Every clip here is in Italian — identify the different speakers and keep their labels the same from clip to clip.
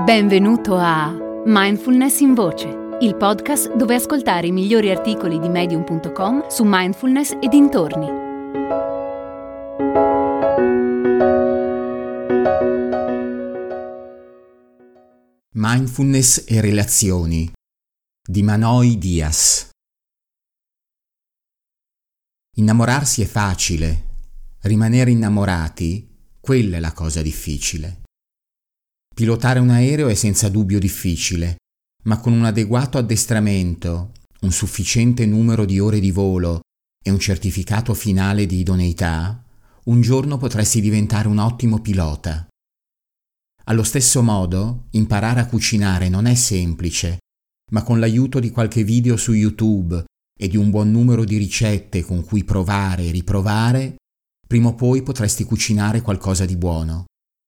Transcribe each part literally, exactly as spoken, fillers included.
Speaker 1: Benvenuto a Mindfulness in Voce, il podcast dove ascoltare i migliori articoli di medium punto com su mindfulness e dintorni.
Speaker 2: Mindfulness e relazioni di Manoj Diaz. Innamorarsi è facile, rimanere innamorati, quella è la cosa difficile. Pilotare un aereo è senza dubbio difficile, ma con un adeguato addestramento, un sufficiente numero di ore di volo e un certificato finale di idoneità, un giorno potresti diventare un ottimo pilota. Allo stesso modo, imparare a cucinare non è semplice, ma con l'aiuto di qualche video su YouTube e di un buon numero di ricette con cui provare e riprovare, prima o poi potresti cucinare qualcosa di buono.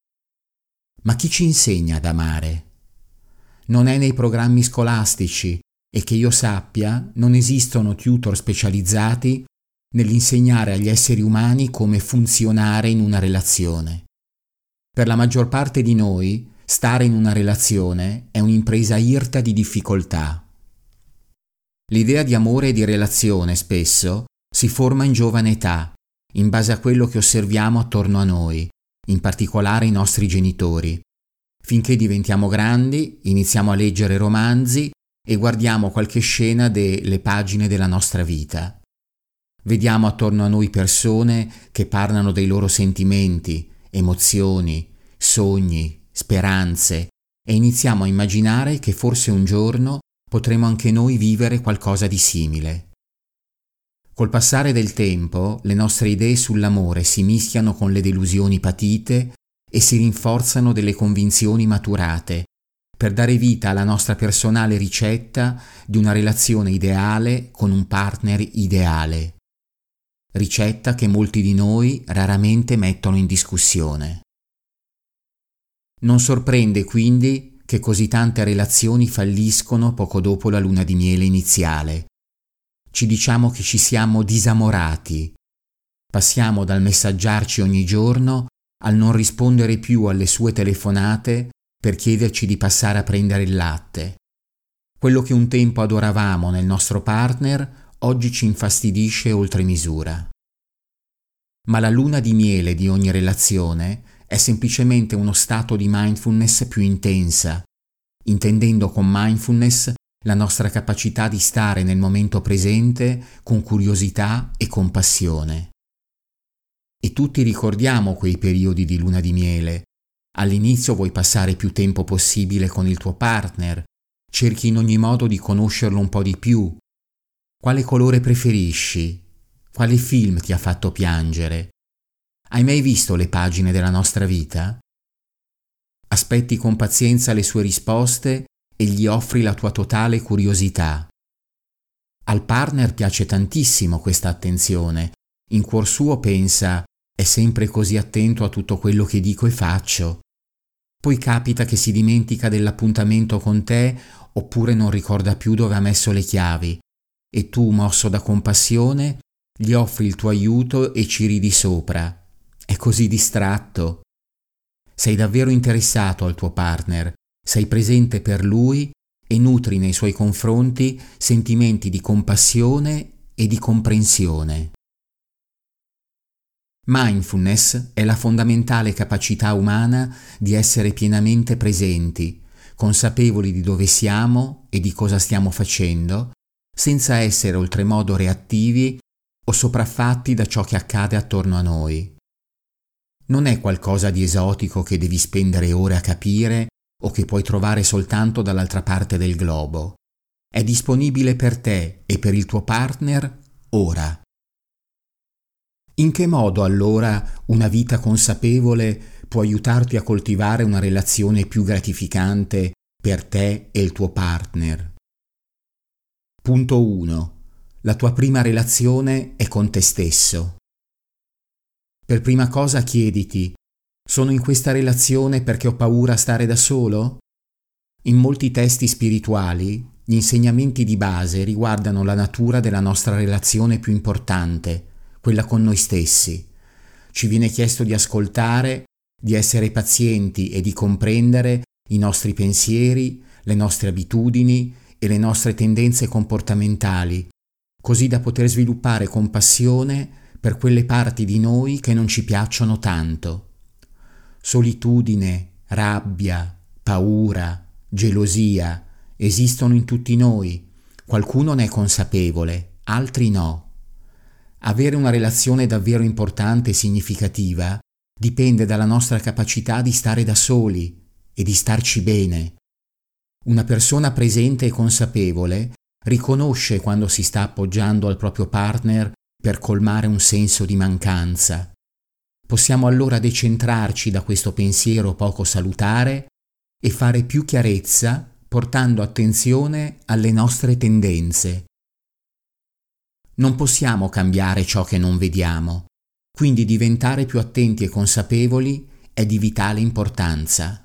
Speaker 2: Ma chi ci insegna ad amare? Non è nei programmi scolastici e che io sappia non esistono tutor specializzati nell'insegnare agli esseri umani come funzionare in una relazione. Per la maggior parte di noi, stare in una relazione è un'impresa irta di difficoltà. L'idea di amore e di relazione spesso si forma in giovane età, in base a quello che osserviamo attorno a noi, in particolare i nostri genitori. Finché diventiamo grandi, iniziamo a leggere romanzi e guardiamo qualche scena delle pagine della nostra vita. Vediamo attorno a noi persone che parlano dei loro sentimenti, emozioni, sogni, speranze e iniziamo a immaginare che forse un giorno potremo anche noi vivere qualcosa di simile. Col passare del tempo, le nostre idee sull'amore si mischiano con le delusioni patite e si rinforzano delle convinzioni maturate, per dare vita alla nostra personale ricetta di una relazione ideale con un partner ideale. Ricetta che molti di noi raramente mettono in discussione. Non sorprende quindi che così tante relazioni falliscono poco dopo la luna di miele iniziale. Ci diciamo che ci siamo disamorati. Passiamo dal messaggiarci ogni giorno al non rispondere più alle sue telefonate per chiederci di passare a prendere il latte. Quello che un tempo adoravamo nel nostro partner oggi ci infastidisce oltre misura. Ma la luna di miele di ogni relazione è semplicemente uno stato di mindfulness più intensa, intendendo con mindfulness la nostra capacità di stare nel momento presente con curiosità e compassione. E tutti ricordiamo quei periodi di luna di miele. All'inizio vuoi passare più tempo possibile con il tuo partner, cerchi in ogni modo di conoscerlo un po' di più. Quale colore preferisci? Quale film ti ha fatto piangere? Hai mai visto le pagine della nostra vita? Aspetti con pazienza le sue risposte e gli offri la tua totale curiosità. Al partner piace tantissimo questa attenzione. In cuor suo pensa: è sempre così attento a tutto quello che dico e faccio. Poi capita che si dimentica dell'appuntamento con te oppure non ricorda più dove ha messo le chiavi e tu, mosso da compassione, gli offri il tuo aiuto e ci ridi sopra. È così distratto. Sei davvero interessato al tuo partner, sei presente per lui e nutri nei suoi confronti sentimenti di compassione e di comprensione. Mindfulness è la fondamentale capacità umana di essere pienamente presenti, consapevoli di dove siamo e di cosa stiamo facendo, senza essere oltremodo reattivi o sopraffatti da ciò che accade attorno a noi. Non è qualcosa di esotico che devi spendere ore a capire o che puoi trovare soltanto dall'altra parte del globo. È disponibile per te e per il tuo partner ora. In che modo allora una vita consapevole può aiutarti a coltivare una relazione più gratificante per te e il tuo partner? Punto uno. La tua prima relazione è con te stesso. Per prima cosa chiediti: sono in questa relazione perché ho paura a stare da solo? In molti testi spirituali, gli insegnamenti di base riguardano la natura della nostra relazione più importante, quella con noi stessi. Ci viene chiesto di ascoltare, di essere pazienti e di comprendere i nostri pensieri, le nostre abitudini e le nostre tendenze comportamentali, così da poter sviluppare compassione per quelle parti di noi che non ci piacciono tanto. Solitudine, rabbia, paura, gelosia esistono in tutti noi, qualcuno ne è consapevole, altri no. Avere una relazione davvero importante e significativa dipende dalla nostra capacità di stare da soli e di starci bene. Una persona presente e consapevole riconosce quando si sta appoggiando al proprio partner per colmare un senso di mancanza. Possiamo allora decentrarci da questo pensiero poco salutare e fare più chiarezza portando attenzione alle nostre tendenze. Non possiamo cambiare ciò che non vediamo, quindi diventare più attenti e consapevoli è di vitale importanza.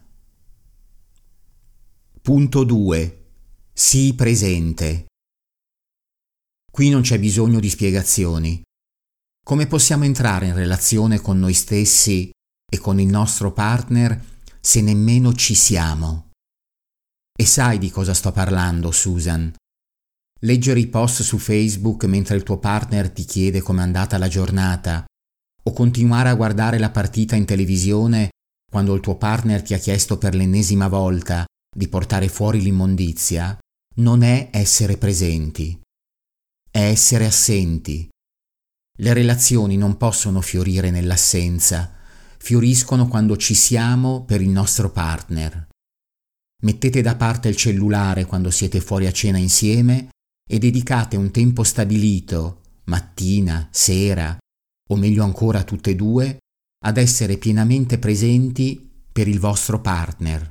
Speaker 2: Punto due. Sii presente. Qui non c'è bisogno di spiegazioni. Come possiamo entrare in relazione con noi stessi e con il nostro partner se nemmeno ci siamo? E sai di cosa sto parlando, Susan? Leggere i post su Facebook mentre il tuo partner ti chiede com'è andata la giornata, o continuare a guardare la partita in televisione quando il tuo partner ti ha chiesto per l'ennesima volta di portare fuori l'immondizia, non è essere presenti, è essere assenti. Le relazioni non possono fiorire nell'assenza, fioriscono quando ci siamo per il nostro partner. Mettete da parte il cellulare quando siete fuori a cena insieme e dedicate un tempo stabilito, mattina, sera, o meglio ancora tutte e due, ad essere pienamente presenti per il vostro partner.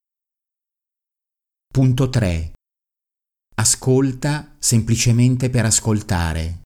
Speaker 2: Punto tre. Ascolta semplicemente per ascoltare.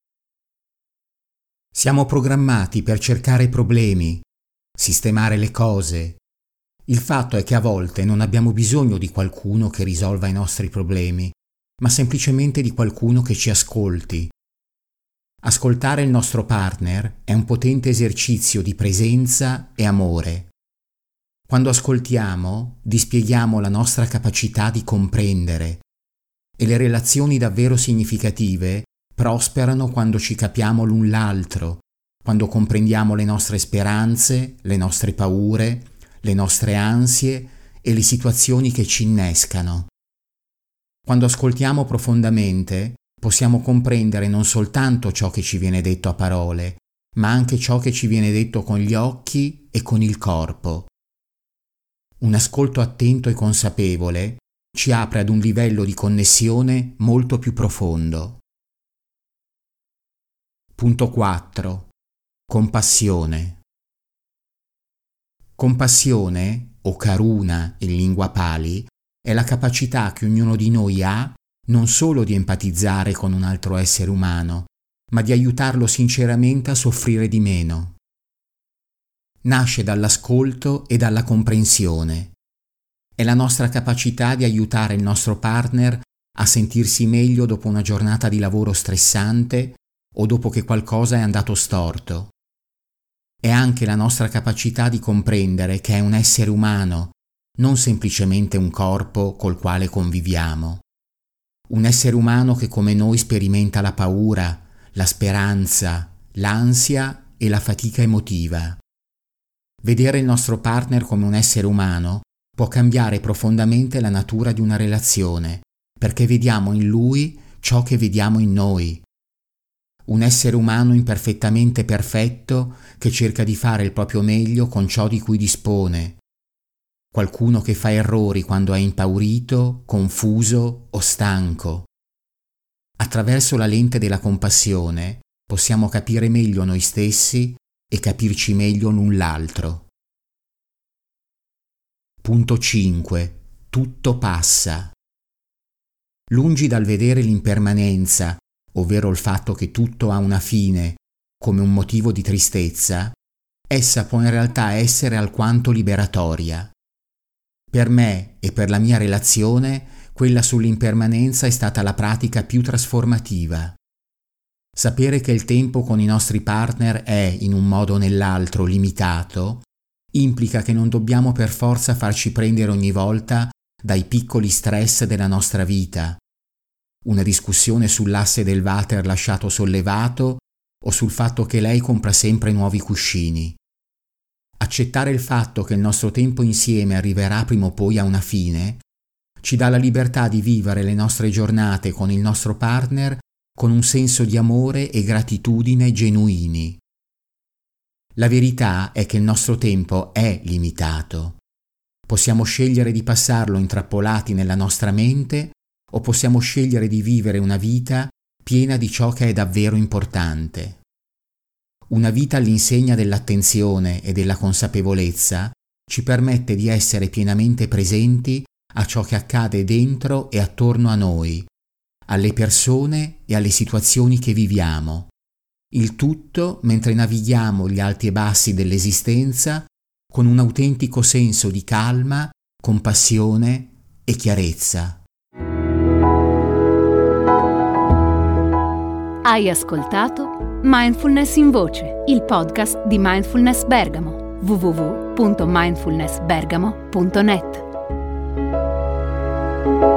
Speaker 2: Siamo programmati per cercare problemi, sistemare le cose. Il fatto è che a volte non abbiamo bisogno di qualcuno che risolva i nostri problemi, ma semplicemente di qualcuno che ci ascolti. Ascoltare il nostro partner è un potente esercizio di presenza e amore. Quando ascoltiamo, dispieghiamo la nostra capacità di comprendere e le relazioni davvero significative prosperano quando ci capiamo l'un l'altro, quando comprendiamo le nostre speranze, le nostre paure, le nostre ansie e le situazioni che ci innescano. Quando ascoltiamo profondamente, possiamo comprendere non soltanto ciò che ci viene detto a parole, ma anche ciò che ci viene detto con gli occhi e con il corpo. Un ascolto attento e consapevole ci apre ad un livello di connessione molto più profondo. Punto quattro. Compassione. Compassione, o karuna in lingua pali, è la capacità che ognuno di noi ha non solo di empatizzare con un altro essere umano, ma di aiutarlo sinceramente a soffrire di meno. Nasce dall'ascolto e dalla comprensione. È la nostra capacità di aiutare il nostro partner a sentirsi meglio dopo una giornata di lavoro stressante o dopo che qualcosa è andato storto. È anche la nostra capacità di comprendere che è un essere umano, non semplicemente un corpo col quale conviviamo. Un essere umano che come noi sperimenta la paura, la speranza, l'ansia e la fatica emotiva. Vedere il nostro partner come un essere umano può cambiare profondamente la natura di una relazione, perché vediamo in lui ciò che vediamo in noi. Un essere umano imperfettamente perfetto che cerca di fare il proprio meglio con ciò di cui dispone. Qualcuno che fa errori quando è impaurito, confuso o stanco. Attraverso la lente della compassione possiamo capire meglio noi stessi e capirci meglio l'un l'altro. Punto cinque. Tutto passa. Lungi dal vedere l'impermanenza, ovvero il fatto che tutto ha una fine, come un motivo di tristezza, essa può in realtà essere alquanto liberatoria. Per me e per la mia relazione, quella sull'impermanenza è stata la pratica più trasformativa. Sapere che il tempo con i nostri partner è, in un modo o nell'altro, limitato, implica che non dobbiamo per forza farci prendere ogni volta dai piccoli stress della nostra vita. Una discussione sull'asse del water lasciato sollevato o sul fatto che lei compra sempre nuovi cuscini. Accettare il fatto che il nostro tempo insieme arriverà prima o poi a una fine ci dà la libertà di vivere le nostre giornate con il nostro partner con un senso di amore e gratitudine genuini. La verità è che il nostro tempo è limitato. Possiamo scegliere di passarlo intrappolati nella nostra mente o possiamo scegliere di vivere una vita piena di ciò che è davvero importante. Una vita all'insegna dell'attenzione e della consapevolezza ci permette di essere pienamente presenti a ciò che accade dentro e attorno a noi, alle persone e alle situazioni che viviamo. Il tutto mentre navighiamo gli alti e bassi dell'esistenza con un autentico senso di calma, compassione e chiarezza.
Speaker 1: Hai ascoltato Mindfulness in Voce, il podcast di Mindfulness Bergamo, w w w punto mindfulness bergamo punto net.